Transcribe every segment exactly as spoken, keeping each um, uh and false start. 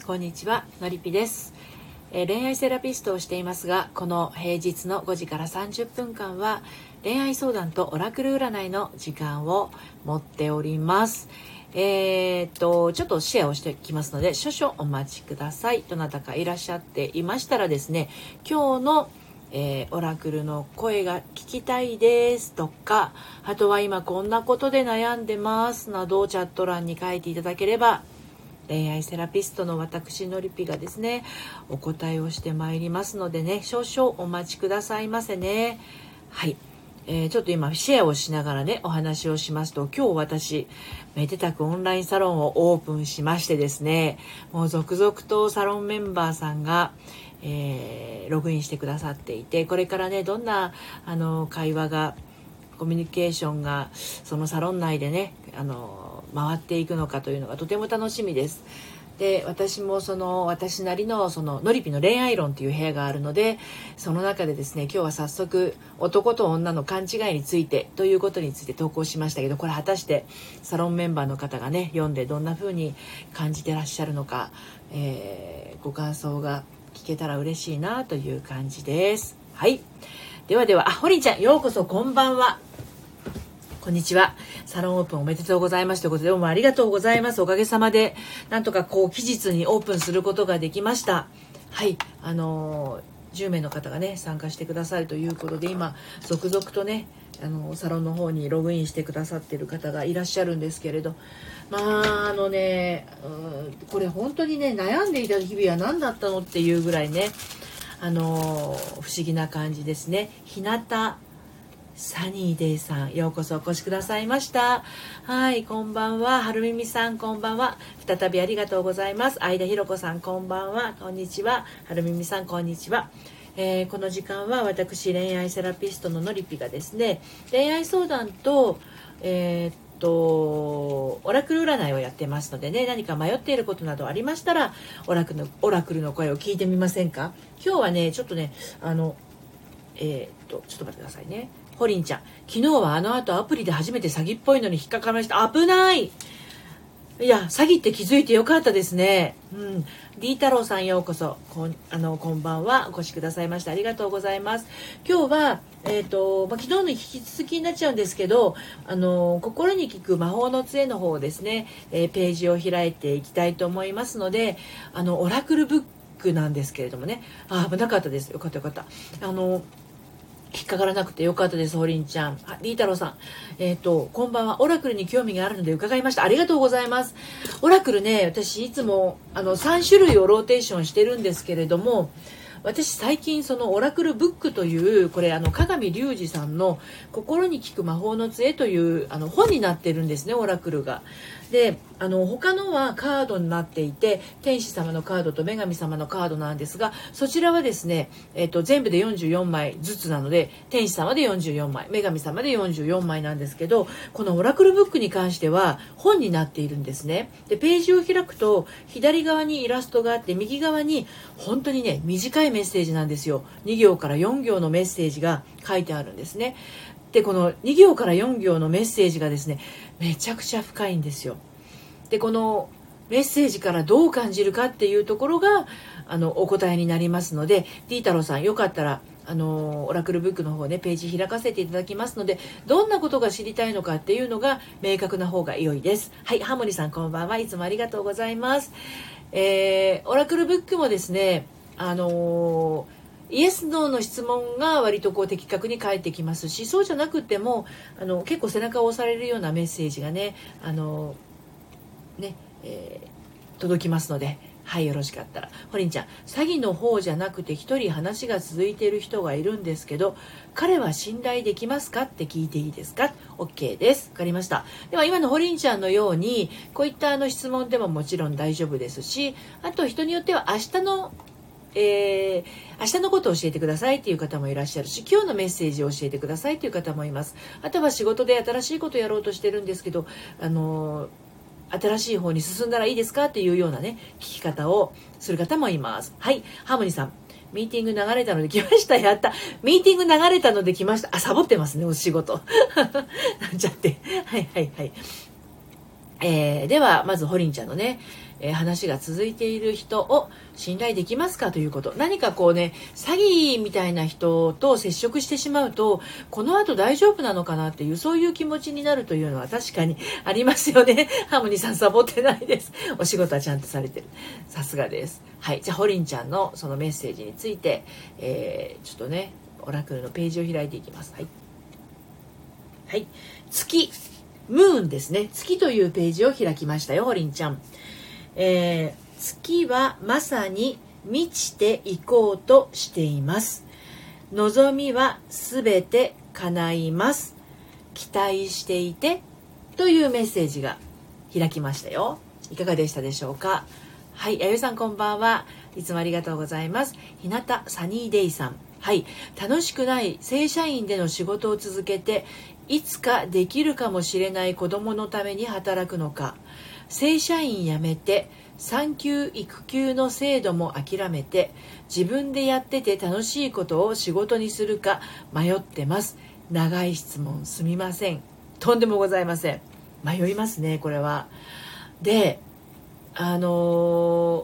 こんにちは、のりぴです、えー、恋愛セラピストをしていますが、この平日のごじからさんじゅっぷんかんは恋愛相談とオラクル占いの時間を持っております。えー、っとちょっとシェアをしてきますので少々お待ちください。どなたかいらっしゃっていましたらですね、今日のえー、オラクルの声が聞きたいですとか、あとは今こんなことで悩んでますなどチャット欄に書いていただければ、恋愛セラピストの私のりぴがですねお答えをしてまいりますのでね、少々お待ちくださいませね。はい、えー、ちょっと今シェアをしながらねお話をしますと、今日私めでたくオンラインサロンをオープンしましてですね、もう続々とサロンメンバーさんがえー、ログインしてくださっていて、これからねどんなあの会話がコミュニケーションがそのサロン内でねあの回っていくのかというのがとても楽しみです。で、私もその私なりのそののりぴの恋愛論という部屋があるので、その中でですね今日は早速男と女の勘違いについてということについて投稿しましたけど、これ果たしてサロンメンバーの方がね読んでどんな風に感じてらっしゃるのか、えー、ご感想が聞けたら嬉しいなという感じです。はい、ではでは、あ、ホリンちゃんようこそ、こんばんは、こんにちは。サロンオープンおめでとうございますということで、どうもありがとうございます。おかげさまでなんとかこう期日にオープンすることができました。はい、あのー、じゅうめいの方がね参加してくださるということで、今続々とねあのサロンの方にログインしてくださっている方がいらっしゃるんですけれど、まああのね、うん、これ本当にね悩んでいた日々は何だったのっていうぐらいね、あの不思議な感じですね。ひなたサニーデイさん、ようこそお越しくださいました。はい、こんばんは。はるみみさん、こんばんは。再びありがとうございます。相田ひろ子さん、こんばんは。こんにちは。はるみみさん、こんにちは。えー、この時間は私恋愛セラピストののりぴがですね、恋愛相談と、えー、っとオラクル占いをやってますのでね、何か迷っていることなどありましたらオラクルの、オラクルの声を聞いてみませんか。今日はねちょっとねあのえー、っとちょっと待ってくださいね。ホリンちゃん、昨日はあの後アプリで初めて詐欺っぽいのに引っかかりました。危ない。いや、詐欺って気づいてよかったですね。うん。D 太郎さん、ようこそ。こん、あの、こんばんは。お越しくださいました。ありがとうございます。今日は、えっと、まあ、昨日の引き続きになっちゃうんですけど、あの、心に効く魔法の杖の方をですね、えー、ページを開いていきたいと思いますので、あの、オラクルブックなんですけれどもね。あ、危なかったです。よかったよかった。あの、引っかからなくてよかったです。ホリンちゃん、あ、リー太郎さん、えっとこんばんは。オラクルに興味があるので伺いました。ありがとうございます。オラクルね、私いつもあのさん種類をローテーションしてるんですけれども、私最近そのオラクルブックという、これあの鏡隆二さんの心に効く魔法の杖というあの本になってるんですね、オラクルが。で、あの他のはカードになっていて、天使様のカードと女神様のカードなんですが、そちらはですね、えっと、全部でよんじゅうよんまいずつなので、天使様でよんじゅうよんまい、女神様でよんじゅうよんまいなんですけど、このオラクルブックに関しては本になっているんですね。で、ページを開くと左側にイラストがあって、右側に本当にね短いメッセージなんですよ。に行からよん行のメッセージが書いてあるんですね。で、このに行からよん行のメッセージがですねめちゃくちゃ深いんですよ。で、このメッセージからどう感じるかっていうところがあのお答えになりますので、 D 太郎さん、よかったらあのオラクルブックの方ねページ開かせていただきますので、どんなことが知りたいのかっていうのが明確な方が良いです。はい、ハモリさん、こんばんは。いつもありがとうございます。えー、オラクルブックもですね、あのーイエスノーの質問が割とこう的確に返ってきますし、そうじゃなくてもあの結構背中を押されるようなメッセージがね、あのね、えー、届きますので、はい、よろしかったら。ホリンちゃん、詐欺の方じゃなくて一人話が続いている人がいるんですけど、彼は信頼できますかって聞いていいですか。 OK です。わかりました。では今のホリンちゃんのようにこういったあの質問でももちろん大丈夫ですし、あと人によっては明日のえー、明日のことを教えてくださいっていう方もいらっしゃるし、今日のメッセージを教えてくださいという方もいます。あとは仕事で新しいことをやろうとしてるんですけど、あのー、新しい方に進んだらいいですかっていうようなね聞き方をする方もいます。はい、ハーモニーさん、ミーティング流れたので来ました。やった。ミーティング流れたので来ました。あ、サボってますね、お仕事なんちゃって。はいはいはい。えー、ではまずホリンちゃんのね、 えー、話が続いている人を信頼できますかということ。何かこうね、詐欺みたいな人と接触してしまうと、この後大丈夫なのかなっていう、そういう気持ちになるというのは確かにありますよね。ハーモニーさんサボってないです。お仕事はちゃんとされてる。さすがです。はい。じゃあ、ホリンちゃんのそのメッセージについて、えー、ちょっとね、オラクルのページを開いていきます。はい。はい。月。ムーンですね。月というページを開きましたよ、ホリンちゃん。えー、月はまさに満ちていこうとしています。望みはすべて叶います。期待していてというメッセージが開きましたよ。いかがでしたでしょうか。はい、あゆさんこんばんは。いつもありがとうございます。ひなたサニーデイさん。はい、楽しくない正社員での仕事を続けて、いつかできるかもしれない子供のために働くのか、正社員辞めて産休育休の制度も諦めて自分でやってて楽しいことを仕事にするか迷ってます。長い質問すみません。とんでもございません。迷いますね、これは。で、あのー、ホ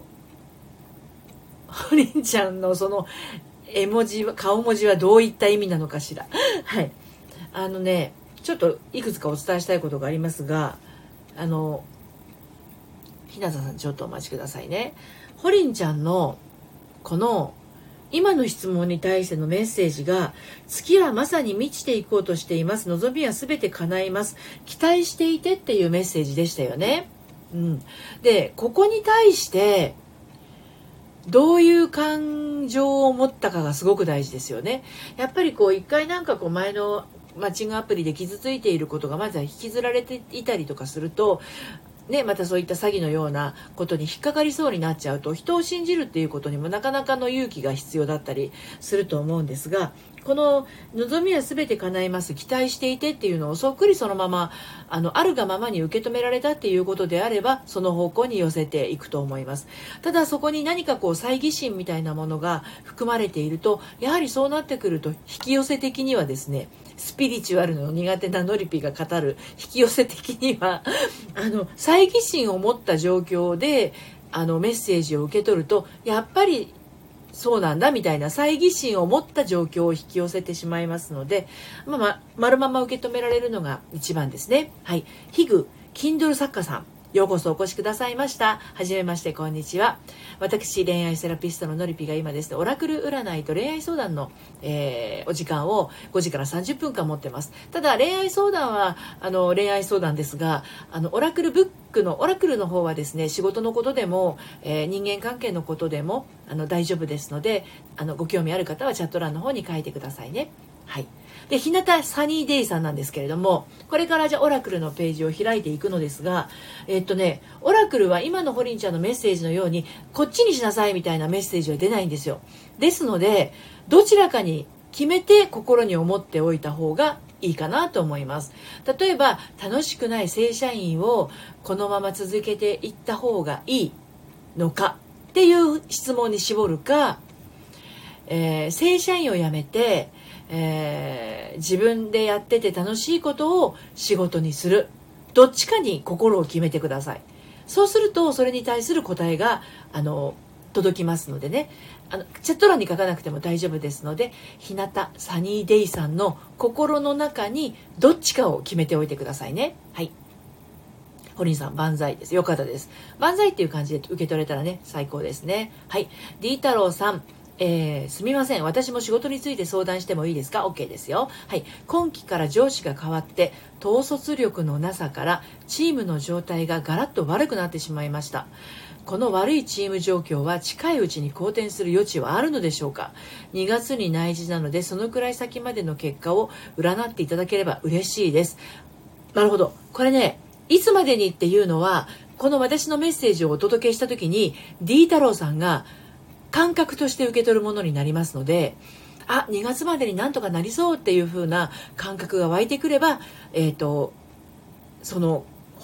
リンちゃんのその絵文字は、顔文字はどういった意味なのかしら。はい。あのね、ちょっといくつかお伝えしたいことがありますが、あの、ひなたさんちょっとお待ちくださいね。ホリンちゃんのこの今の質問に対してのメッセージが、月はまさに満ちていこうとしています。望みはすべて叶います。期待していてっていうメッセージでしたよね。うん。で、ここに対してどういう感情を持ったかがすごく大事ですよね。やっぱりこう一回なんかこう前のマッチングアプリで傷ついていることがまずは引きずられていたりとかすると、ね、またそういった詐欺のようなことに引っかかりそうになっちゃうと、人を信じるっていうことにもなかなかの勇気が必要だったりすると思うんですが、この望みは全て叶います、期待していてっていうのをそっくりそのままあのあるがままに受け止められたっていうことであれば、その方向に寄せていくと思います。ただそこに何かこう猜疑心みたいなものが含まれていると、やはりそうなってくると引き寄せ的にはですね、スピリチュアルの苦手なノリピが語る引き寄せ的にはあの猜疑心を持った状況であのメッセージを受け取ると、やっぱりそうなんだみたいな猜疑心を持った状況を引き寄せてしまいますので、まあ、ま丸まま受け止められるのが一番ですね。はい、ヒグ Kindle 作家さん、ようこそお越しくださいました。はじめまして、こんにちは。私、恋愛セラピストののりぴが今ですね、オラクル占いと恋愛相談の、えー、お時間をごじからさんじゅっぷんかん持ってます。ただ、恋愛相談は、あの、恋愛相談ですが、あの、オラクルブックの、オラクルの方はですね、仕事のことでも、えー、人間関係のことでも、あの、大丈夫ですので、あの、ご興味ある方はチャット欄の方に書いてくださいね。はい。で、日向サニーデイさんなんですけれども、これからじゃあオラクルのページを開いていくのですが、えっとね、オラクルは今のホリンちゃんのメッセージのように、こっちにしなさいみたいなメッセージは出ないんですよ。ですので、どちらかに決めて心に思っておいた方がいいかなと思います。例えば、楽しくない正社員をこのまま続けていった方がいいのかっていう質問に絞るか、えー、正社員を辞めて、えー、自分でやってて楽しいことを仕事にする、どっちかに心を決めてください。そうするとそれに対する答えがあの届きますのでね、あのチャット欄に書かなくても大丈夫ですので、日向サニーデイさんの心の中にどっちかを決めておいてくださいね。はい、ホリンさん万歳です。よかったです。万歳っていう感じで受け取れたらね、最高ですね。はい、 D 太郎さん、えー、すみません、私も仕事について相談してもいいですか？ OK ですよ。はい、今期から上司が変わって統率力のなさからチームの状態がガラッと悪くなってしまいました。この悪いチーム状況は近いうちに好転する余地はあるのでしょうか？にがつに内示なので、そのくらい先までの結果を占っていただければ嬉しいです。なるほど。これね、いつまでにっていうのは、この私のメッセージをお届けした時に D 太郎さんが感覚として受け取るものになりますので、あ、にがつまでになんとかなりそうっていう風な感覚が湧いてくれば、えーと、その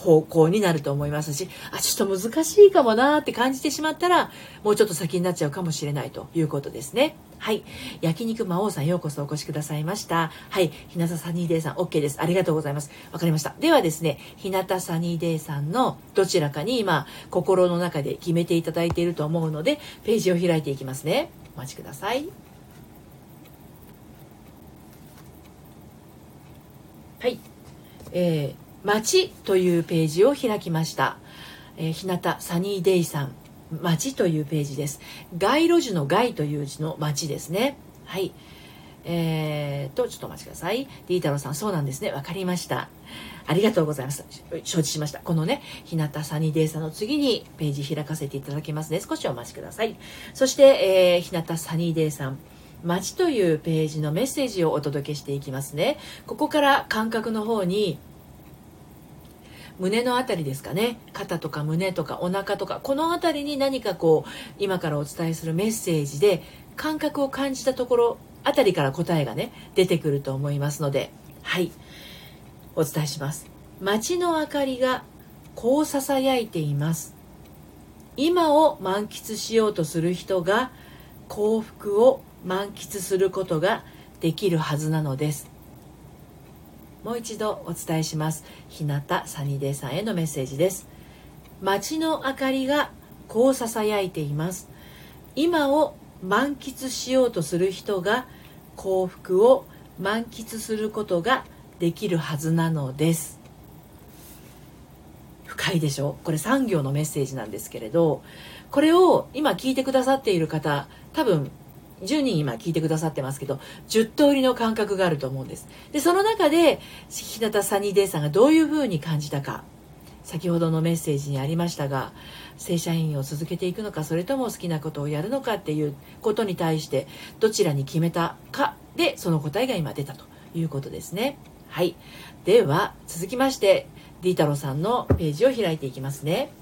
方向になると思いますし、あ、ちょっと難しいかもなーって感じてしまったら、もうちょっと先になっちゃうかもしれないということですね。はい。焼肉魔王さん、ようこそお越しくださいました。はい。日向サニーデイさん、OK です。ありがとうございます。わかりました。ではですね、日向サニーデイさんのどちらかに今、心の中で決めていただいていると思うので、ページを開いていきますね。お待ちください。はい。えー街というページを開きました。えー、日向サニーデイさん、街というページです。街路樹の街という字の街ですね。はい。えーと、ちょっとお待ちください。ディータロさん、そうなんですね。わかりました。ありがとうございます。承知しました。このね、日向サニーデイさんの次にページ開かせていただきますね。少しお待ちください。そして、えー、日向サニーデイさん、街というページのメッセージをお届けしていきますね。ここから感覚の方に、胸のあたりですかね、肩とか胸とかお腹とか、このあたりに何かこう今からお伝えするメッセージで感覚を感じたところあたりから答えがね出てくると思いますので、はいお伝えします。街の明かりがこうささやいています。今を満喫しようとする人が幸福を満喫することができるはずなのです。もう一度お伝えします。日向サニーデイさんへのメッセージです。街の明かりがこうささやいています。今を満喫しようとする人が幸福を満喫することができるはずなのです。深いでしょ。これさん行のメッセージなんですけれど、これを今聞いてくださっている方、多分じゅうにん今聞いてくださってますけど、じゅう通りの感覚があると思うんです。で、その中で日向サニーデイさんがどういうふうに感じたか、先ほどのメッセージにありましたが、正社員を続けていくのか、それとも好きなことをやるのかっていうことに対してどちらに決めたかで、その答えが今出たということですね。はい。では続きましてディータロさんのページを開いていきますね。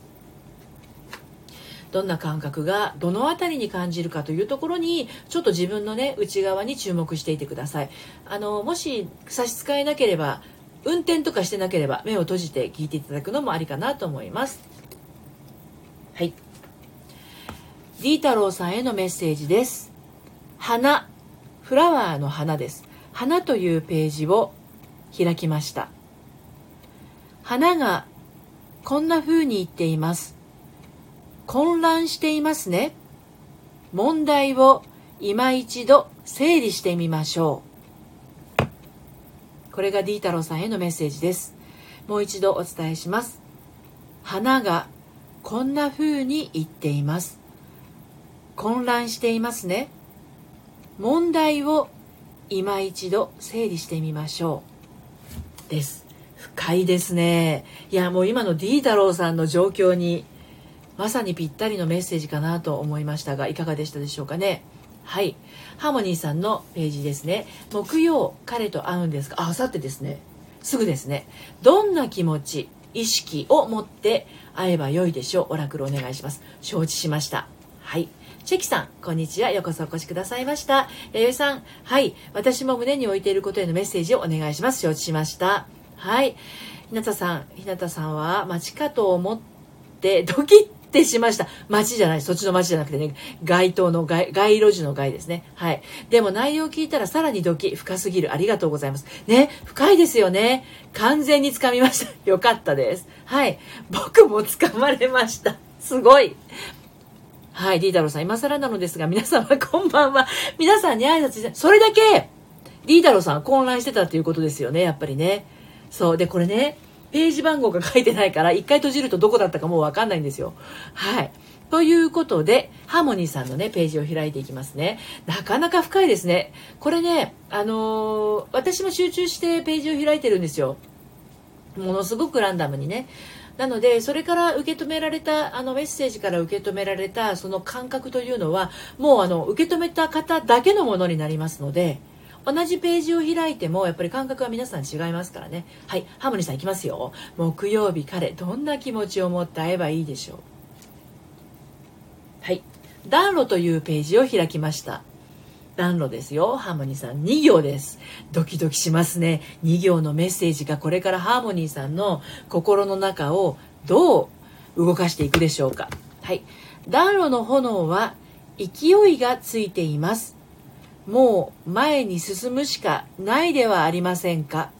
どんな感覚がどのあたりに感じるかというところにちょっと自分のね内側に注目していてください。あのもし差し支えなければ、運転とかしてなければ目を閉じて聞いていただくのもありかなと思います。はい。ディータローさんへのメッセージです。花、フラワーの花です。花というページを開きました。花がこんな風に言っています。混乱していますね。問題を今一度整理してみましょう。これがディータローさんへのメッセージです。もう一度お伝えします。花がこんな風に言っています。混乱していますね。問題を今一度整理してみましょう。です。深いですね。いや、もう今のディータローさんの状況にまさにぴったりのメッセージかなと思いましたが、いかがでしたでしょうかね。はい。ハーモニーさんのページですね。木曜、彼と会うんですが、あ、あさってですね。すぐですね。どんな気持ち、意識を持って会えばよいでしょう。オラクルお願いします。承知しました。はい。チェキさん、こんにちは。ようこそお越しくださいました。弥生さん、はい。私も胸に置いていることへのメッセージをお願いします。承知しました。はい。日向さん、日向さんは街かと思ってドキッってしました。街じゃない、そっちの街じゃなくてね、街灯の街、街路樹の街ですね。はい。でも内容を聞いたらさらにドキ、深すぎる。ありがとうございます。ね、深いですよね。完全につかみました。よかったです。はい。僕もつかまれました。すごい。はい、ディータローさん、今更なのですが、皆様こんばんは。皆さんに挨拶して、それだけ、ディータローさん混乱してたということですよね、やっぱりね。そう。で、これね、ページ番号が書いてないから一回閉じるとどこだったかもう分かんないんですよ。はい。ということでハーモニーさんのねページを開いていきますね。なかなか深いですね。これね、あのー、私も集中してページを開いてるんですよ。ものすごくランダムにね。なのでそれから受け止められたあのメッセージから受け止められたその感覚というのはもうあの受け止めた方だけのものになりますので、同じページを開いてもやっぱり感覚は皆さん違いますからね。はい、ハーモニーさんいきますよ。木曜日、彼どんな気持ちを持って会えばいいでしょう。はい、暖炉というページを開きました。 暖炉ですよ。ハーモニーさんに行です。ドキドキしますね。に行のメッセージがこれからハーモニーさんの心の中をどう動かしていくでしょうか。はい。暖炉の炎は勢いがついています。もう前に進むしかないではありませんか。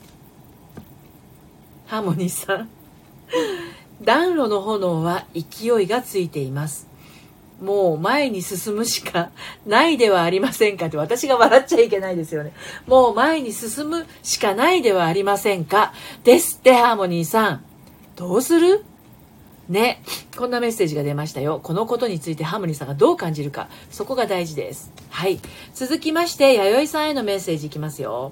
ハーモニーさん。暖炉の炎は勢いがついています。もう前に進むしかないではありませんかって、私が笑っちゃいけないですよね。もう前に進むしかないではありませんかですって。ハーモニーさん、どうするね。こんなメッセージが出ましたよ。このことについてハーモニーさんがどう感じるか、そこが大事です。はい。続きまして弥生さんへのメッセージいきますよ。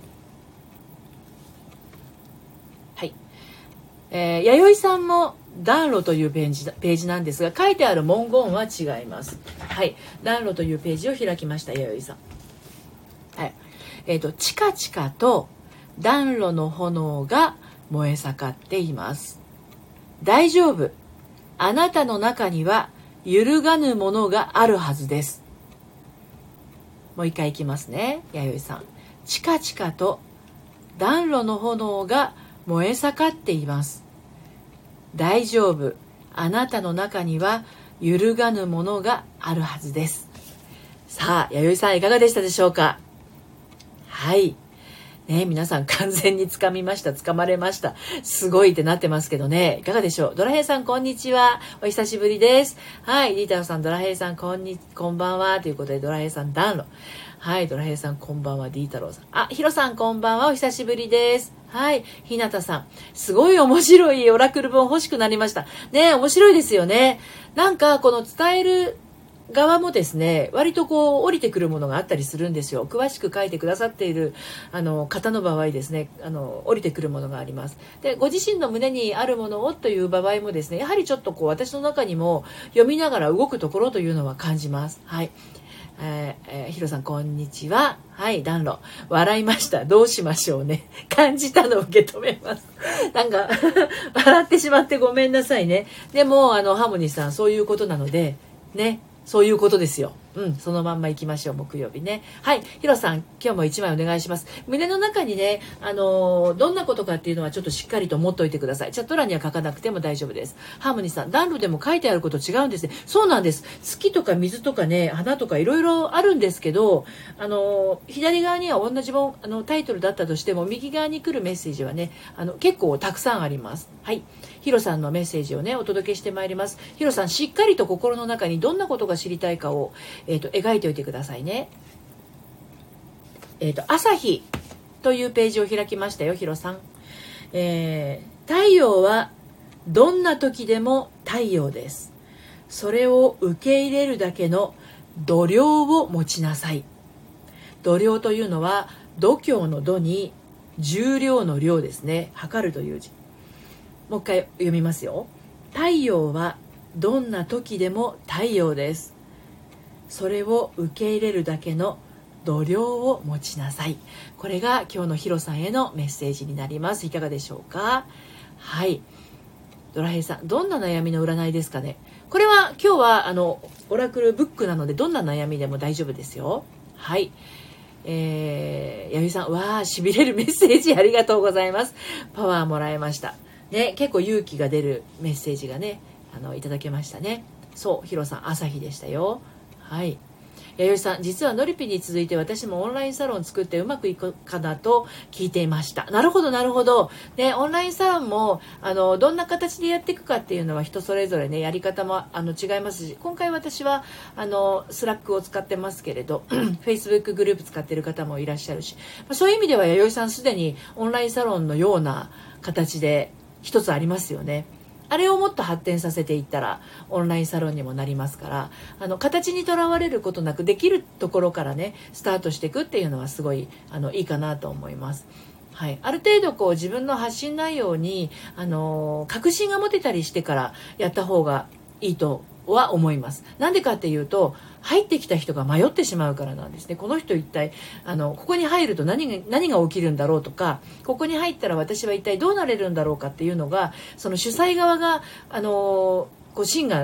はい。えー、弥生さんも暖炉というページ、ページなんですが、書いてある文言は違います。はい。暖炉というページを開きました、弥生さん。はい。えっと、チカチカと暖炉の炎が燃え盛っています。大丈夫。あなたの中には揺るがぬものがあるはずです。もう一回いきますね、弥生さん。チカチカと暖炉の炎が燃え盛っています。大丈夫。あなたの中には揺るがぬものがあるはずです。さあ、弥生さんいかがでしたでしょうか。はい。ね、皆さん完全につかみました。つかまれました。すごいってなってますけどね。いかがでしょう。ドラヘイさんこんにちは。お久しぶりです。はい。リーターさん、ドラヘイさんこんに、こんばんは。ということで、ドラヘイさん暖炉。はい。ドラヘイさんこんばんは。ディータローさん。あ、ヒロさんこんばんは。お久しぶりです。はい。ひなたさん。すごい面白いオラクル本欲しくなりました。ね、面白いですよね。なんか、この伝える側もですね、割とこう降りてくるものがあったりするんですよ。詳しく書いてくださっているあの方の場合ですね、あの降りてくるものがあります。で、ご自身の胸にあるものをという場合もですね、やはりちょっとこう私の中にも読みながら動くところというのは感じます。はい。えーえー、ヒロさんこんにちは。はい、暖炉笑いました。どうしましょうね。感じたのを受け止めます。なんか笑ってしまってごめんなさいね。でもあのハーモニーさんそういうことなのでね。そういうことですよ。うん、そのまんま行きましょう。木曜日ね。はい、ヒロさん、今日も一枚お願いします。胸の中にね、あのー、どんなことかっていうのはちょっとしっかりと持っておいてください。チャット欄には書かなくても大丈夫です。ハーモニーさん、暖炉でも書いてあること違うんですね。そうなんです。月とか水とかね、花とかいろいろあるんですけど、あのー、左側には同じもあのタイトルだったとしても、右側に来るメッセージはね、あの結構たくさんあります。はい。ヒロさんのメッセージをね、お届けしてまいります。ヒロさん、しっかりと心の中にどんなことが知りたいかを、えーと、描いておいてくださいね。えーと、朝日というページを開きましたよ、ヒロさん。えー、太陽はどんな時でも太陽です。それを受け入れるだけの度量を持ちなさい。度量というのは度胸の度に重量の量ですね。測るという字。もう一回読みますよ。太陽はどんな時でも太陽です。それを受け入れるだけの度量を持ちなさい。これが今日のヒロさんへのメッセージになります。いかがでしょうか。はい。ドラヘイさん、どんな悩みの占いですかね。これは今日はあのオラクルブックなので、どんな悩みでも大丈夫ですよ。はい。えー、弥生さん、わー、しびれるメッセージありがとうございます。パワーもらえました。ね、結構勇気が出るメッセージがね、あのいただけましたね。そう、ヒロさん、朝日でしたよ。はい。弥生さん、実はノリピに続いて私もオンラインサロン作ってうまくいくかなと聞いていました。なるほどなるほど。で、オンラインサロンもあのどんな形でやっていくかっていうのは人それぞれね、やり方もあの違いますし、今回私はあのスラックを使ってますけれどFacebook グループ使ってる方もいらっしゃるし、そういう意味では弥生さんすでにオンラインサロンのような形で一つありますよね。あれをもっと発展させていったらオンラインサロンにもなりますから、あの形にとらわれることなくできるところからねスタートしていくっていうのはすごいあのいいかなと思います。はい、ある程度こう自分の発信内容にあの確信が持てたりしてからやった方がいいとは思います。なんでかっていうと、入ってきた人が迷ってしまうからなんですね。この人一体あのここに入ると何が何が起きるんだろうとか、ここに入ったら私は一体どうなれるんだろうかっていうのが、その主催側があのこう芯が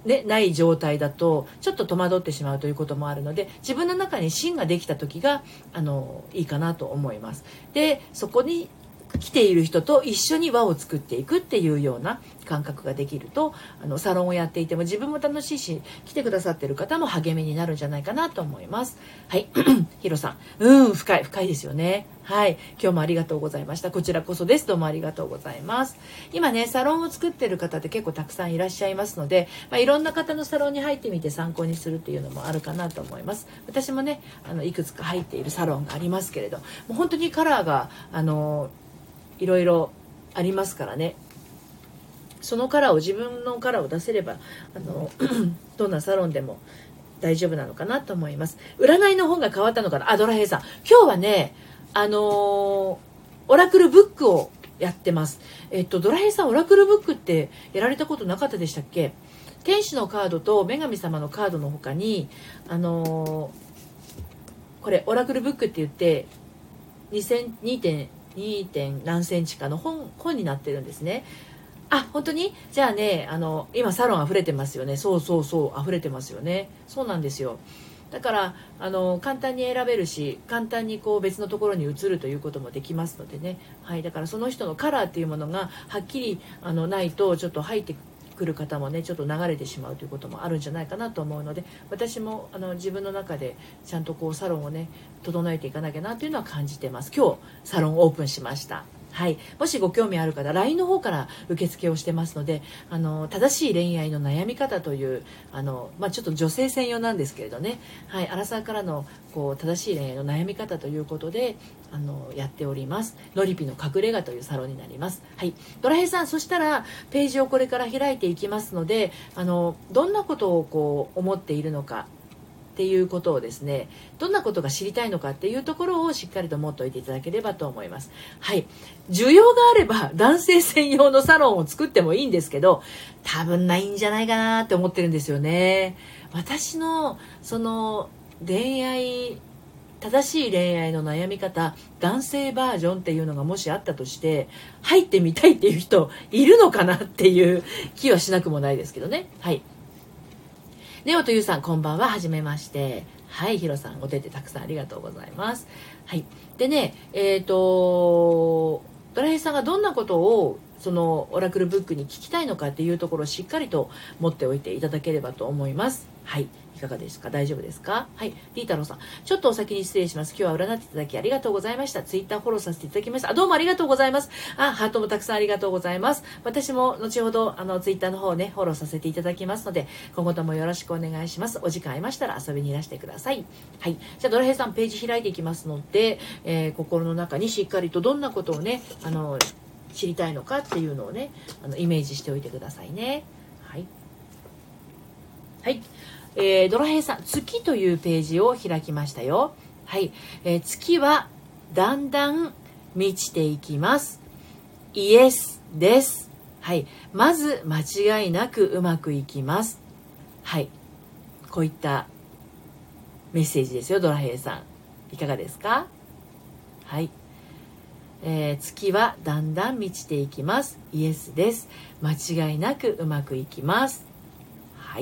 ね、ない状態だとちょっと戸惑ってしまうということもあるので、自分の中に芯ができた時があのいいかなと思います。でそこに来ている人と一緒に輪を作っていくっていうような感覚ができると、あのサロンをやっていても自分も楽しいし、来てくださっている方も励みになるんじゃないかなと思います。はいヒロさん、うん深い深いですよね。はい、今日もありがとうございました。こちらこそです。どうもありがとうございます。今ねサロンを作っている方って結構たくさんいらっしゃいますので、まあ、いろんな方のサロンに入ってみて参考にするっていうのもあるかなと思います。私もねあのいくつか入っているサロンがありますけれども、もう本当にカラーがあのいろいろありますからね、そのカラーを自分のカラーを出せればあのどんなサロンでも大丈夫なのかなと思います。占いの本が変わったのかな。あ、ドラヘイさん、今日はねあのー、オラクルブックをやってます。えっとドラヘイさん、オラクルブックってやられたことなかったでしたっけ？天使のカードと女神様のカードの他にあのー、これオラクルブックって言ってにてんにてん何センチかの 本, 本になってるんですね。あ、本当に？じゃあね、あの今サロン溢れてますよね。そうそうそう溢れてますよね。そうなんですよ。だからあの簡単に選べるし、簡単にこう別のところに移るということもできますのでね。はい、だからその人のカラーっていうものがはっきりあのないとちょっと入ってくる方もねちょっと流れてしまうということもあるんじゃないかなと思うので、私もあの自分の中でちゃんとこうサロンをね整えていかなきゃなというのは感じてます。今日サロンオープンしました。はい、もしご興味ある方 ライン の方から受付をしてますので、あの正しい恋愛の悩み方というあの、まあ、ちょっと女性専用なんですけれどね、はい、アラサーからのこう正しい恋愛の悩み方ということであのやっております。ノリピの隠れ家というサロンになります。はい、ドラヘイさん、そしたらページをこれから開いていきますので、あのどんなことをこう思っているのかっていうことをですね、どんなことが知りたいのかっていうところをしっかりと持っておいていただければと思います。はい、需要があれば男性専用のサロンを作ってもいいんですけど、多分ないんじゃないかなって思ってるんですよね。私のその恋愛正しい恋愛の悩み方男性バージョンっていうのがもしあったとして入ってみたいっていう人いるのかなっていう気はしなくもないですけどね。はい、ネオとユウさん、こんばんは。はじめまして。はい、ヒロさん、お手手たくさんありがとうございます。はい。でね、えっと、ドラヘイさんがどんなことをそのオラクルブックに聞きたいのかっていうところをしっかりと持っておいていただければと思います。はい。いかがですか？大丈夫ですか？はい。リータローさん、ちょっとお先に失礼します。今日は占っていただきありがとうございました。ツイッターフォローさせていただきました。あ、どうもありがとうございます。あ、ハートもたくさんありがとうございます。私も後ほどあのツイッターの方ねフォローさせていただきますので、今後ともよろしくお願いします。お時間ありましたら遊びにいらしてください。はい。じゃあドラヘイさん、ページ開いていきますので、えー、心の中にしっかりとどんなことをねあの知りたいのかっていうのをねあのイメージしておいてくださいね。はい。はい。えー、ドラヘイさん、月というページを開きましたよ。はい、えー、月はだんだん満ちていきます。イエスです。はい、まず間違いなくうまくいきます。はい、こういったメッセージですよ。ドラヘイさん、いかがですか？はい、えー、月はだんだん満ちていきます。イエスです。間違いなくうまくいきます。はい。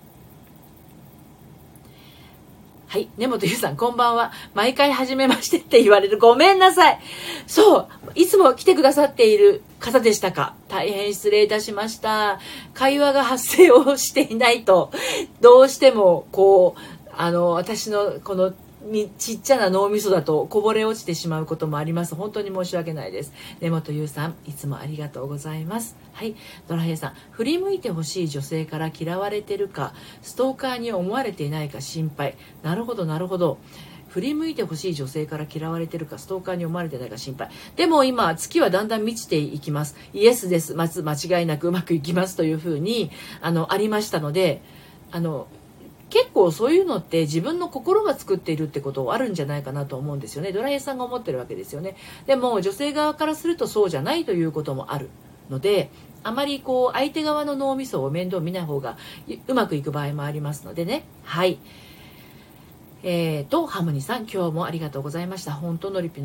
はい。根本優さん、こんばんは。毎回初めましてって言われる。ごめんなさい。そう。いつも来てくださっている方でしたか？大変失礼いたしました。会話が発生をしていないと、どうしても、こう、あの、私のこの、ちっちゃな脳みそだとこぼれ落ちてしまうこともあります。本当に申し訳ないです。根本優さん、いつもありがとうございます。はい。ドラヘイさん、振り向いてほしい女性から嫌われてるか、ストーカーに思われていないか心配。なるほどなるほど。振り向いてほしい女性から嫌われてるか、ストーカーに思われていないか心配。でも今月はだんだん満ちていきます。イエスです。まず間違いなくうまくいきますというふうにあのありましたので、あの結構そういうのって自分の心が作っているってことあるんじゃないかなと思うんですよね。ドラヘイさんが思ってるわけですよね。でも女性側からするとそうじゃないということもあるので、あまりこう相手側の脳みそを面倒見ない方がうまくいく場合もありますのでね。はい。えーとハムニさん、今日もありがとうございました。本当のリピの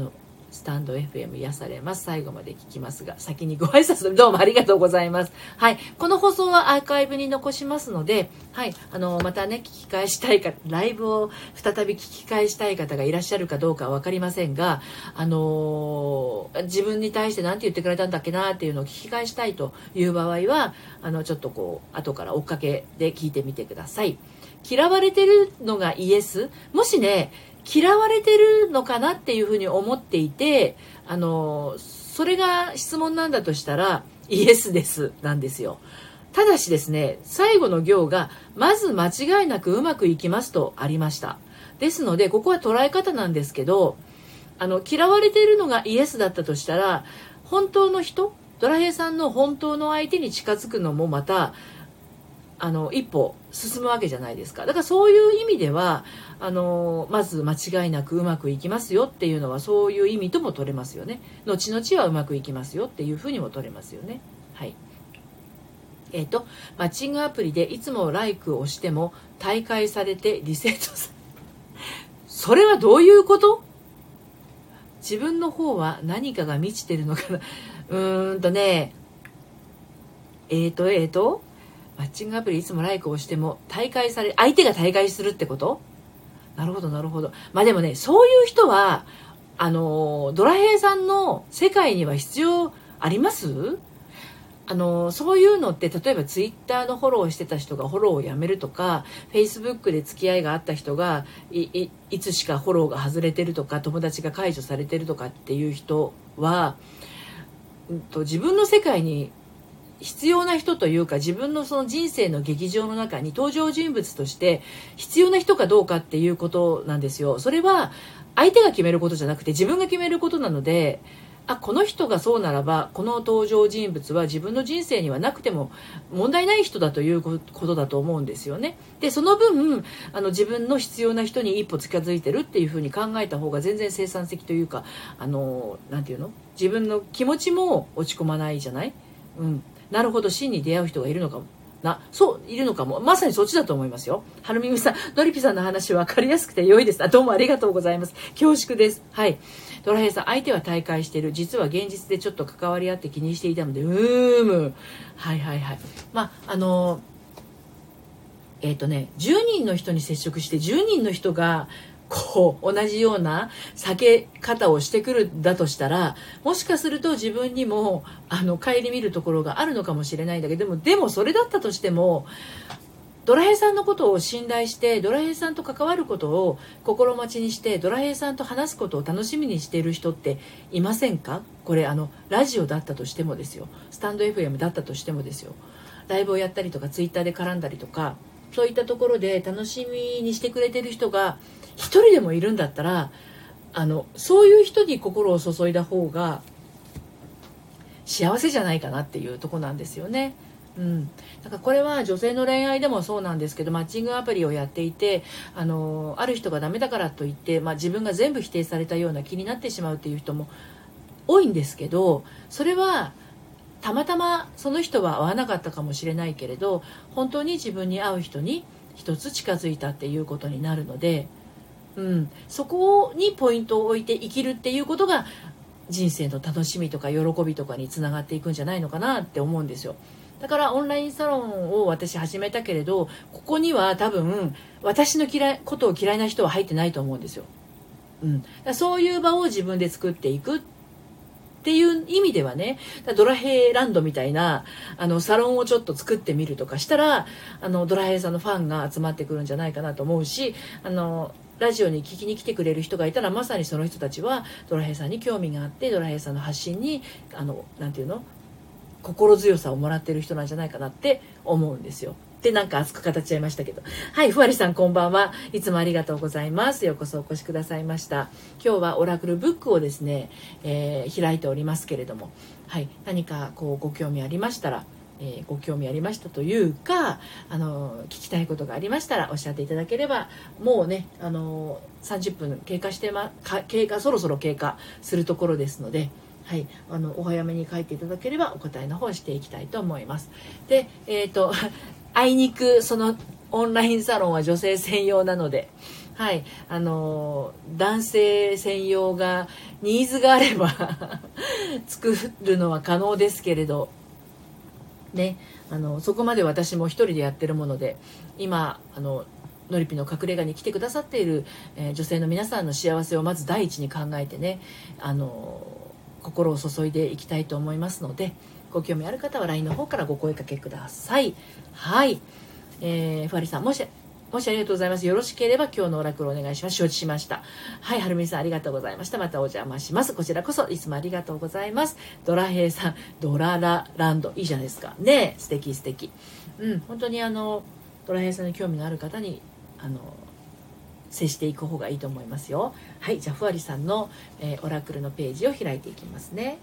スタンド エフエム 癒されます。最後まで聞きますが、先にご挨拶どうもありがとうございます。はい。この放送はアーカイブに残しますので、はい。あの、またね、聞き返したいか、ライブを再び聞き返したい方がいらっしゃるかどうかはわかりませんが、あのー、自分に対して何て言ってくれたんだっけなっていうのを聞き返したいという場合は、あの、ちょっとこう、後から追っかけで聞いてみてください。嫌われてるのがイエス。もしね、嫌われてるのかなっていうふうに思っていて、あのそれが質問なんだとしたらイエスですなんですよ。ただしですね、最後の行がまず間違いなくうまくいきますとありました。ですのでここは捉え方なんですけど、あの嫌われているのがイエスだったとしたら、本当の人、ドラヘイさんの本当の相手に近づくのもまたあの一歩進むわけじゃないですか。だからそういう意味ではあのまず間違いなくうまくいきますよっていうのはそういう意味とも取れますよね。後々はうまくいきますよっていうふうにも取れますよね。はい。えっとマッチングアプリでいつもライクをしても退会されてリセットさそれはどういうこと？自分の方は何かが満ちてるのかな。うーんとねえっとえっとマッチングアプリいつもライクをしても退会され、相手が退会するってこと？なるほどなるほど。まあでもね、そういう人はあのドラヘイさんの世界には必要あります？あのそういうのって例えばツイッターのフォローしてた人がフォローをやめるとか、フェイスブックで付き合いがあった人が い, い, いつしかフォローが外れてるとか、友達が解除されてるとかっていう人は、うんと、自分の世界に必要な人というか、自分のその人生の劇場の中に登場人物として必要な人かどうかっていうことなんですよ。それは相手が決めることじゃなくて自分が決めることなので、あ、この人がそうならばこの登場人物は自分の人生にはなくても問題ない人だということだと思うんですよね。でその分あの自分の必要な人に一歩近づいてるっていうふうに考えた方が全然生産的というか、あのなんていうの、自分の気持ちも落ち込まないじゃない。うん、なるほど、真に出会う人がいるのかもな、そういるのかも、まさにそっちだと思いますよ。はるみみさん、のりぴさんの話分かりやすくて良いです。あ、どうもありがとうございます。恐縮です。はい。ドラヘイさん、相手は大会している、実は現実でちょっと関わり合って気にしていたので、うーむ、はいはいはい。まああのえっとねじゅうにんの人に接触してじゅうにんの人がこう同じような避け方をしてくるんだとしたら、もしかすると自分にもあの顧みるところがあるのかもしれないんだけど、でもでもそれだったとしてもドラヘイさんのことを信頼してドラヘイさんと関わることを心待ちにしてドラヘイさんと話すことを楽しみにしている人っていませんか？これあのラジオだったとしてもですよ、スタンド エフエム だったとしてもですよ、ライブをやったりとかツイッターで絡んだりとか、そういったところで楽しみにしてくれてる人が一人でもいるんだったら、あのそういう人に心を注いだ方が幸せじゃないかなっていうとこなんですよね。うん、だからこれは女性の恋愛でもそうなんですけど、マッチングアプリをやっていて、あのある人がダメだからといって、まあ、自分が全部否定されたような気になってしまうっていう人も多いんですけど、それはたまたまその人は合わなかったかもしれないけれど、本当に自分に合う人に一つ近づいたっていうことになるので、うん、そこにポイントを置いて生きるっていうことが人生の楽しみとか喜びとかにつながっていくんじゃないのかなって思うんですよ。だからオンラインサロンを私始めたけれど、ここには多分私の嫌いことを嫌いな人は入ってないと思うんですよ。うん、だそういう場を自分で作っていくっていう意味ではね、ドラヘイランドみたいなあのサロンをちょっと作ってみるとかしたら、あのドラヘイさんのファンが集まってくるんじゃないかなと思うし、あのラジオに聞きに来てくれる人がいたら、まさにその人たちはドラヘイさんに興味があって、ドラヘイさんの発信にあのなんていうの、心強さをもらってる人なんじゃないかなって思うんですよ。で、なんか熱く語っちゃいましたけど、はい、ふわりさんこんばんは。いつもありがとうございます。ようこそお越しくださいました。今日はオラクルブックをですね、えー、開いておりますけれども、はい、何かこうご興味ありましたら、えー、ご興味ありましたというか、あの聞きたいことがありましたらおっしゃっていただければ、もうね、あのさんじゅっぷん経過してまか経過そろそろ経過するところですので、はい、あのお早めに書いていただければお答えの方していきたいと思います。で、えっとあいにくそのオンラインサロンは女性専用なので、はい、あの男性専用がニーズがあれば作るのは可能ですけれどね、あのそこまで私も一人でやってるもので、今あののりぴの隠れ家に来てくださっている、えー、女性の皆さんの幸せをまず第一に考えてね、あの心を注いでいきたいと思いますので、ご興味ある方は ライン の方からご声かけください。はい、えー、ふわりさん、もしもしありがとうございます。よろしければ今日のオラクルお願いします。承知しました。はい、はるみさんありがとうございました。またお邪魔します。こちらこそいつもありがとうございます。ドラヘイさん、ドララランド、いいじゃないですか。ねえ、素敵素敵。うん、本当にあの、ドラヘイさんに興味のある方に、あの、接していく方がいいと思いますよ。はい、じゃあふわりさんの、えー、オラクルのページを開いていきますね。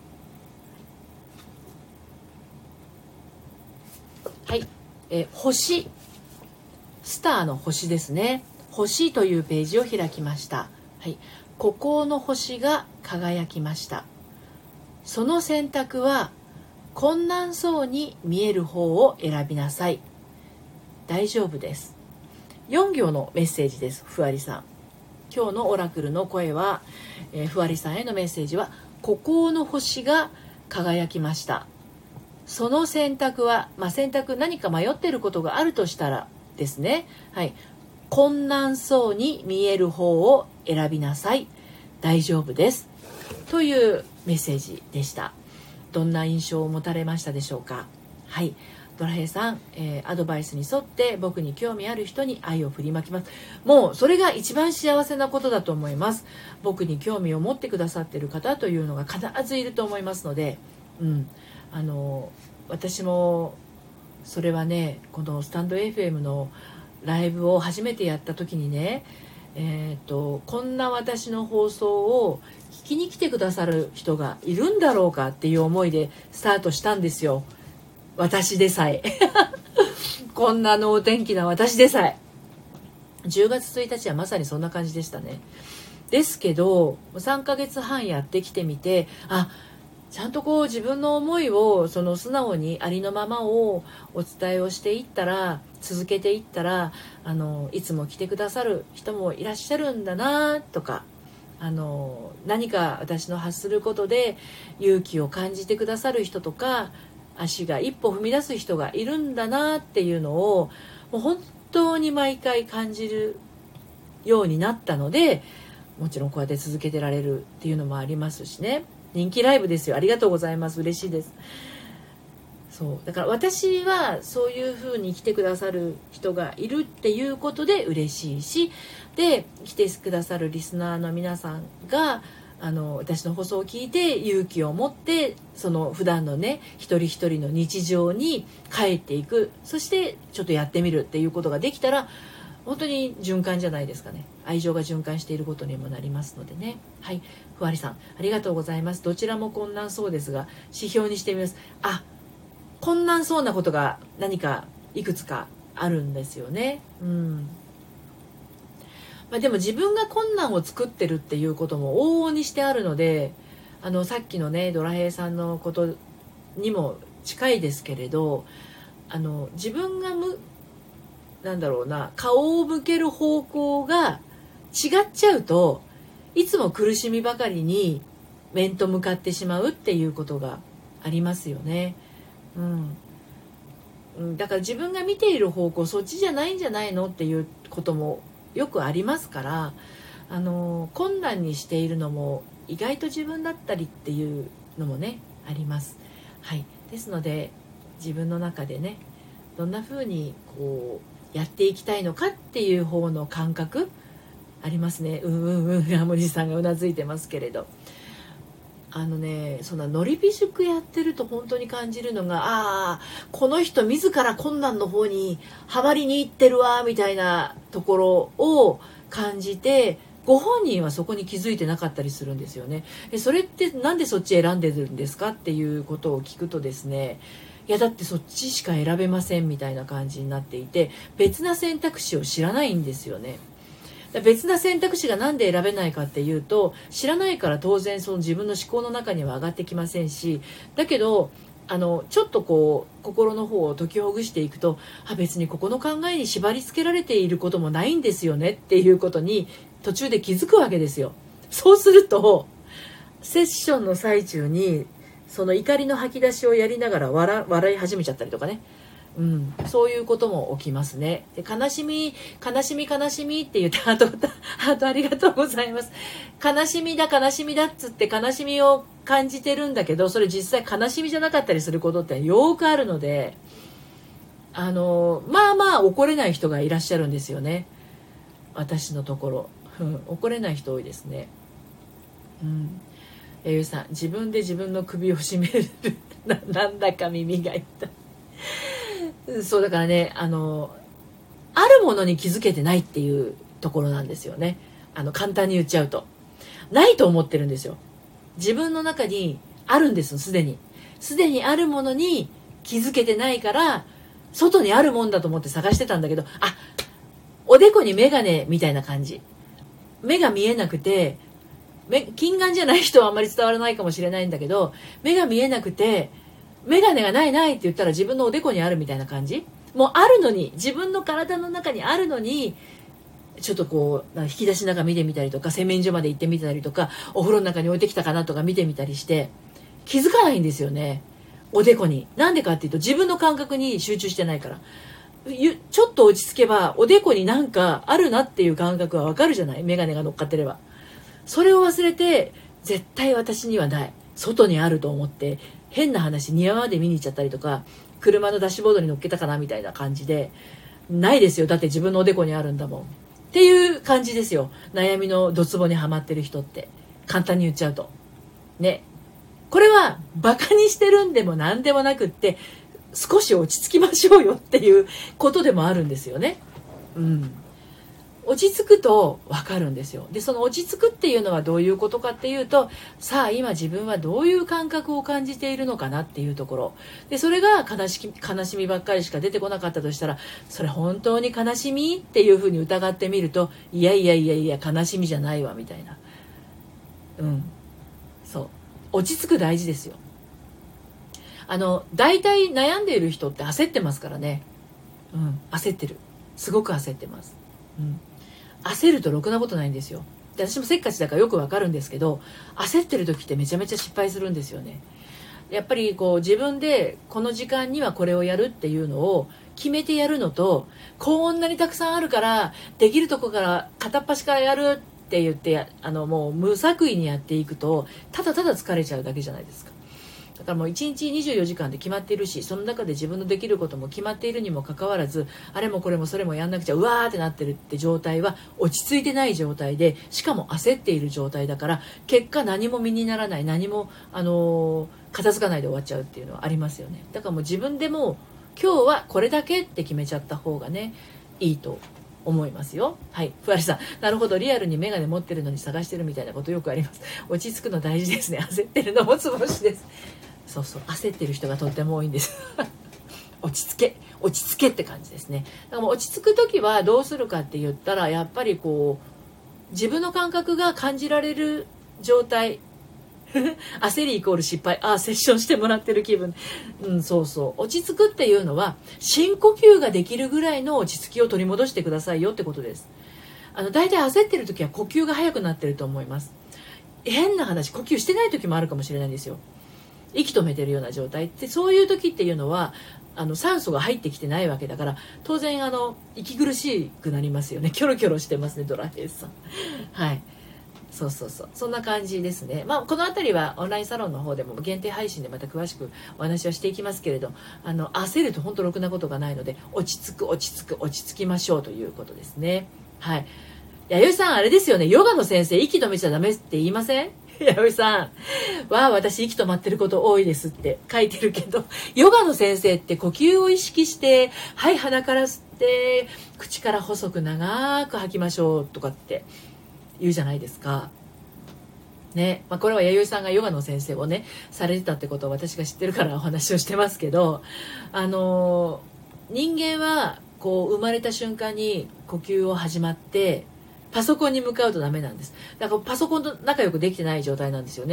はい、えー、星。スターの星ですね。星というページを開きました。はい。孤高の星が輝きました。その選択は困難そうに見える方を選びなさい。大丈夫です。よん行のメッセージです。ふわりさん。今日のオラクルの声は、えー、ふわりさんへのメッセージは、孤高の星が輝きました。その選択は、まあ、選択何か迷っていることがあるとしたらですね、はい、困難そうに見える方を選びなさい。大丈夫ですというメッセージでした。どんな印象を持たれましたでしょうか。はい、ドラヘイさん、えー、アドバイスに沿って僕に興味ある人に愛を振りまきます。もうそれが一番幸せなことだと思います。僕に興味を持ってくださっている方というのが必ずいると思いますので、うん、あの私もそれはね、このスタンド エフエム のライブを初めてやった時にね、えーと、こんな私の放送を聞きに来てくださる人がいるんだろうかっていう思いでスタートしたんですよ。私でさえこんな能天気な私でさえ。じゅうがつついたちはまさにそんな感じでしたね。ですけどさんかげつはんやってきてみて、あ、ちゃんとこう自分の思いをその素直にありのままをお伝えをしていったら、続けていったら、あのいつも来てくださる人もいらっしゃるんだなとか、あの何か私の発することで勇気を感じてくださる人とか、足が一歩踏み出す人がいるんだなっていうのをもう本当に毎回感じるようになったので、もちろんこうやって続けてられるっていうのもありますしね。人気ライブですよ。ありがとうございます。嬉しいです。そうだから私はそういう風に来てくださる人がいるっていうことで嬉しいし、で来てくださるリスナーの皆さんがあの私の放送を聞いて勇気を持ってその普段のね一人一人の日常に帰っていく、そしてちょっとやってみるっていうことができたら本当に循環じゃないですかね。愛情が循環していることにもなりますのでね。はい、ふわりさんありがとうございます。どちらも困難そうですが指標にしてみます。あ、困難そうなことが何かいくつかあるんですよね。うん。まあ、でも自分が困難を作ってるっていうことも往々にしてあるので、あのさっきのねドラヘイさんのことにも近いですけれど、あの自分がむなんだろうな顔を向ける方向が違っちゃうといつも苦しみばかりに面と向かってしまうっていうことがありますよね。うん、だから自分が見ている方向そっちじゃないんじゃないのっていうこともよくありますから、あの困難にしているのも意外と自分だったりっていうのもねあります。はい、ですので自分の中でねどんな風にこうやっていきたいのかっていう方の感覚ありますね。うんうんうん、森さんがうなずいてますけれど、あのねそんなのりぴ塾やってると本当に感じるのが、ああこの人自ら困難の方にはまりにいってるわみたいなところを感じて、ご本人はそこに気づいてなかったりするんですよね。でそれってなんでそっち選んでるんですかっていうことを聞くとですね、いやだってそっちしか選べませんみたいな感じになっていて、別な選択肢を知らないんですよね。別な選択肢が何で選べないかっていうと、知らないから当然その自分の思考の中には上がってきませんし、だけどあのちょっとこう心の方を解きほぐしていくと、あ、別にここの考えに縛り付けられていることもないんですよねっていうことに途中で気づくわけですよ。そうするとセッションの最中にその怒りの吐き出しをやりながら笑、笑い始めちゃったりとかね、うん、そういうことも起きますね。で、悲しみ悲しみ悲しみって言って、ハートハートありがとうございます。悲しみだ悲しみだっつって悲しみを感じてるんだけど、それ実際悲しみじゃなかったりすることってよくあるので、あのまあまあ怒れない人がいらっしゃるんですよね、私のところ、うん、怒れない人多いですね。うん、えゆうさん、自分で自分の首を絞めるな, なんだか耳が痛いそうだからね、あのあるものに気づけてないっていうところなんですよね。あの簡単に言っちゃうと、ないと思ってるんですよ。自分の中にあるんです。すでにすでにあるものに気づけてないから、外にあるもんだと思って探してたんだけど、あ、おでこにメガネみたいな感じ。目が見えなくて、目近眼じゃない人はあんまり伝わらないかもしれないんだけど、目が見えなくてメガネがないないって言ったら自分のおでこにあるみたいな感じ。もうあるのに、自分の体の中にあるのに、ちょっとこう引き出しの中見てみたりとか、洗面所まで行ってみたりとか、お風呂の中に置いてきたかなとか見てみたりして気づかないんですよね、おでこに。なんでかっていうと、自分の感覚に集中してないから。ちょっと落ち着けばおでこになんかあるなっていう感覚はわかるじゃない、メガネが乗っかってれば。それを忘れて、絶対私にはない、外にあると思って変な話、庭まで見に行っちゃったりとか、車のダッシュボードに乗っけたかなみたいな感じで、ないですよ、だって自分のおでこにあるんだもんっていう感じですよ。悩みのドツボにはまってる人って、簡単に言っちゃうとね。これはバカにしてるんでも何でもなくって、少し落ち着きましょうよっていうことでもあるんですよね。うん、落ち着くと分かるんですよ。で、その落ち着くっていうのはどういうことかっていうと、さあ今自分はどういう感覚を感じているのかなっていうところで、それが悲しみ悲しみばっかりしか出てこなかったとしたら、それ本当に悲しみっていうふうに疑ってみると、いやいやいやいや悲しみじゃないわみたいな。うん、そう、落ち着く大事ですよ。あの大体悩んでいる人って焦ってますからね。うん、焦ってる、すごく焦ってます。うん、焦るとろくなことないんですよ。で、私もせっかちだからよくわかるんですけど、焦ってる時ってめちゃめちゃ失敗するんですよね。やっぱりこう自分でこの時間にはこれをやるっていうのを決めてやるのと、こんなにたくさんあるからできるとこから片っ端からやるって言って、あのもう無作為にやっていくと、ただただ疲れちゃうだけじゃないですか。だからもういちにちにじゅうよじかんで決まっているし、その中で自分のできることも決まっているにもかかわらず、あれもこれもそれもやんなくちゃうわーってなってるって状態は落ち着いてない状態で、しかも焦っている状態だから、結果何も身にならない、何も、あのー、片付かないで終わっちゃうっていうのはありますよね。だからもう自分でも今日はこれだけって決めちゃった方がね、いいと思いますよ。はい、ふわりさん、なるほど、リアルにメガネ持ってるのに探してるみたいなことよくあります。落ち着くの大事ですね。焦ってるのもつぼしです。そうそう、焦ってる人がとっても多いんです落ち着け落ち着けって感じですね。だからもう落ち着く時はどうするかって言ったら、やっぱりこう自分の感覚が感じられる状態焦りイコール失敗、ああセッションしてもらってる気分、うん、そうそう、落ち着くっていうのは深呼吸ができるぐらいの落ち着きを取り戻してくださいよってことです。あの大体焦ってる時は呼吸が速くなってると思います。変な話、呼吸してない時もあるかもしれないんですよ。息止めてるような状態って、そういう時っていうのはあの酸素が入ってきてないわけだから、当然あの息苦しくなりますよね。キョロキョロしてますね、ドラヘイさんはい、そうそうそう、そんな感じですね。まあこの辺りはオンラインサロンの方でも限定配信でまた詳しくお話はしていきますけれど、あの焦ると本当ろくなことがないので、落ち着く落ち着く落ち着きましょうということですね。はい。弥生さん、あれですよね、ヨガの先生息止めちゃダメって言いません？弥生さん、わあ私息止まってること多いですって書いてるけど、ヨガの先生って呼吸を意識して、はい鼻から吸って口から細く長く吐きましょうとかって言うじゃないですかね。まあ、これは弥生さんがヨガの先生をねされてたってことを私が知ってるからお話をしてますけど、あの人間はこう生まれた瞬間に呼吸を始まってパソコンに向かうとダメなんです。だからパソコンと仲良くできてない状態なんですよね。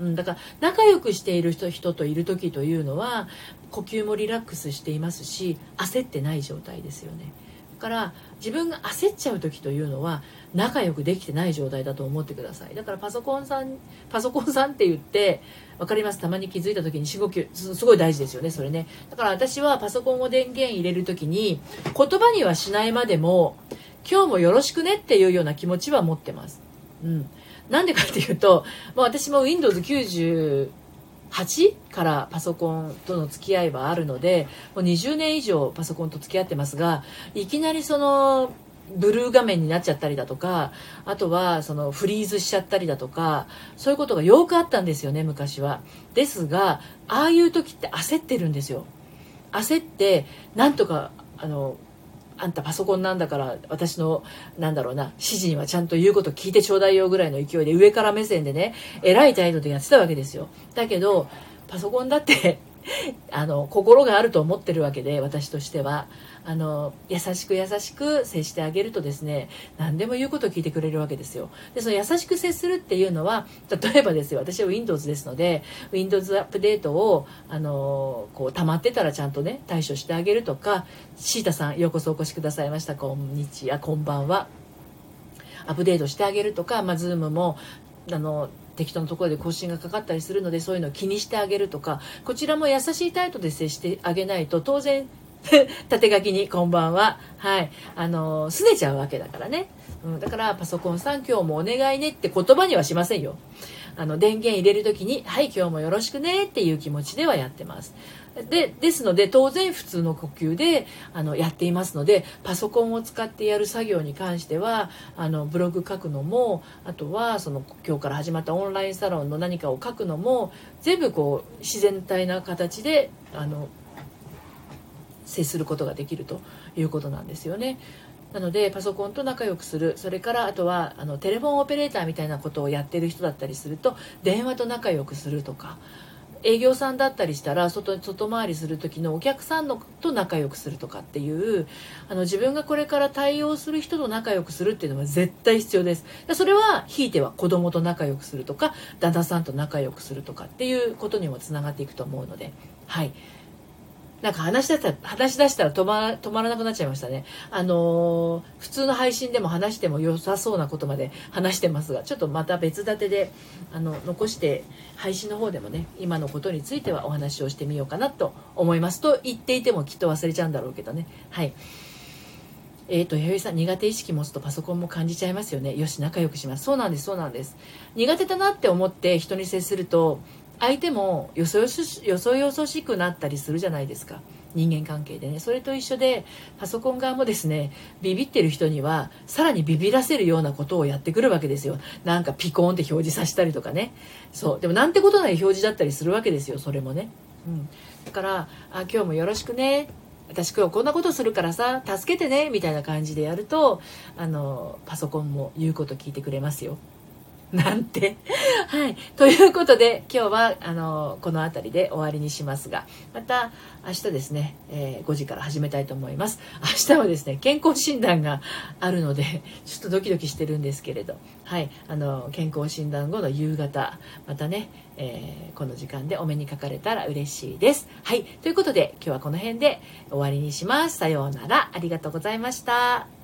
うん、だから仲良くしている人人といる時というのは呼吸もリラックスしていますし、焦ってない状態ですよね。だから自分が焦っちゃう時というのは仲良くできてない状態だと思ってください。だからパソコンさんパソコンさんって言って分かります。たまに気づいた時に深呼吸 す, すごい大事ですよね、それね。だから私はパソコンを電源入れる時に言葉にはしないまでも今日もよろしくねっていうような気持ちは持ってます。うん、なんでかっていうと、まあ、私も ウィンドウズきゅうじゅうはち からパソコンとの付き合いはあるので、もうにじゅうねん以上パソコンと付き合ってますが、いきなりそのブルー画面になっちゃったりだとか、あとはそのフリーズしちゃったりだとか、そういうことがよくあったんですよね、昔は。ですが、ああいう時って焦ってるんですよ。焦ってなんとかあのあんたパソコンなんだから私のなんだろうな指示にはちゃんと言うこと聞いてちょうだいよぐらいの勢いで上から目線でね、偉い態度でやってたわけですよ。だけどパソコンだってあの心があると思ってるわけで、私としてはあの優しく優しく接してあげるとですね、何でも言うことを聞いてくれるわけですよ。でその優しく接するっていうのは、例えばですよ、私は ウィンドウズ ですので ウィンドウズ アップデートをあのこう溜まってたらちゃんとね対処してあげるとか、シータさんようこそお越しくださいました、こんにちは、こんばんは。アップデートしてあげるとか、まあ、ズームもあの適当なところで更新がかかったりするので、そういうのを気にしてあげるとか、こちらも優しい態度で接してあげないと当然縦書きにこんばんは、はいあの拗ねちゃうわけだからね、うん、だからパソコンさん今日もお願いねって言葉にはしませんよ。あの電源入れる時にはい今日もよろしくねっていう気持ちではやってます。でですので当然普通の呼吸であのやっていますので、パソコンを使ってやる作業に関してはあのブログ書くのも、あとはその今日から始まったオンラインサロンの何かを書くのも全部こう自然体な形であの接することができるということなんですよね。なのでパソコンと仲良くする、それからあとはあのテレフォンオペレーターみたいなことをやってる人だったりすると電話と仲良くするとか、営業さんだったりしたら 外, 外回りする時のお客さんのと仲良くするとかっていう、あの自分がこれから対応する人と仲良くするっていうのは絶対必要です。それはひいては子供と仲良くするとか旦那さんと仲良くするとかっていうことにもつながっていくと思うので、はいなんか話し出したら話し出したら止ま止まらなくなっちゃいましたね。あのー、普通の配信でも話しても良さそうなことまで話してますが、ちょっとまた別立てであの残して配信の方でもね今のことについてはお話をしてみようかなと思います。と言っていてもきっと忘れちゃうんだろうけどね。はいえーと、弥生さん苦手意識持つとパソコンも感じちゃいますよね。よし仲良くします。そうなんですそうなんです。苦手だなって思って人に接すると相手もよそよそよそよそしくなったりするじゃないですか、人間関係でね。それと一緒でパソコン側もですね、ビビってる人にはさらにビビらせるようなことをやってくるわけですよ。なんかピコーンって表示させたりとかね。そうでもなんてことない表示だったりするわけですよ、それもね。うん、だからあ今日もよろしくね、私今日こんなことするからさ助けてねみたいな感じでやると、あのパソコンも言うこと聞いてくれますよなんてはいということで今日はあのこの辺りで終わりにしますが、また明日ですね、えー、ごじから始めたいと思います。明日はですね健康診断があるのでちょっとドキドキしてるんですけれど、はいあの健康診断後の夕方またね、えー、この時間でお目にかかれたら嬉しいです。はいということで今日はこの辺で終わりにします。さようなら、ありがとうございました。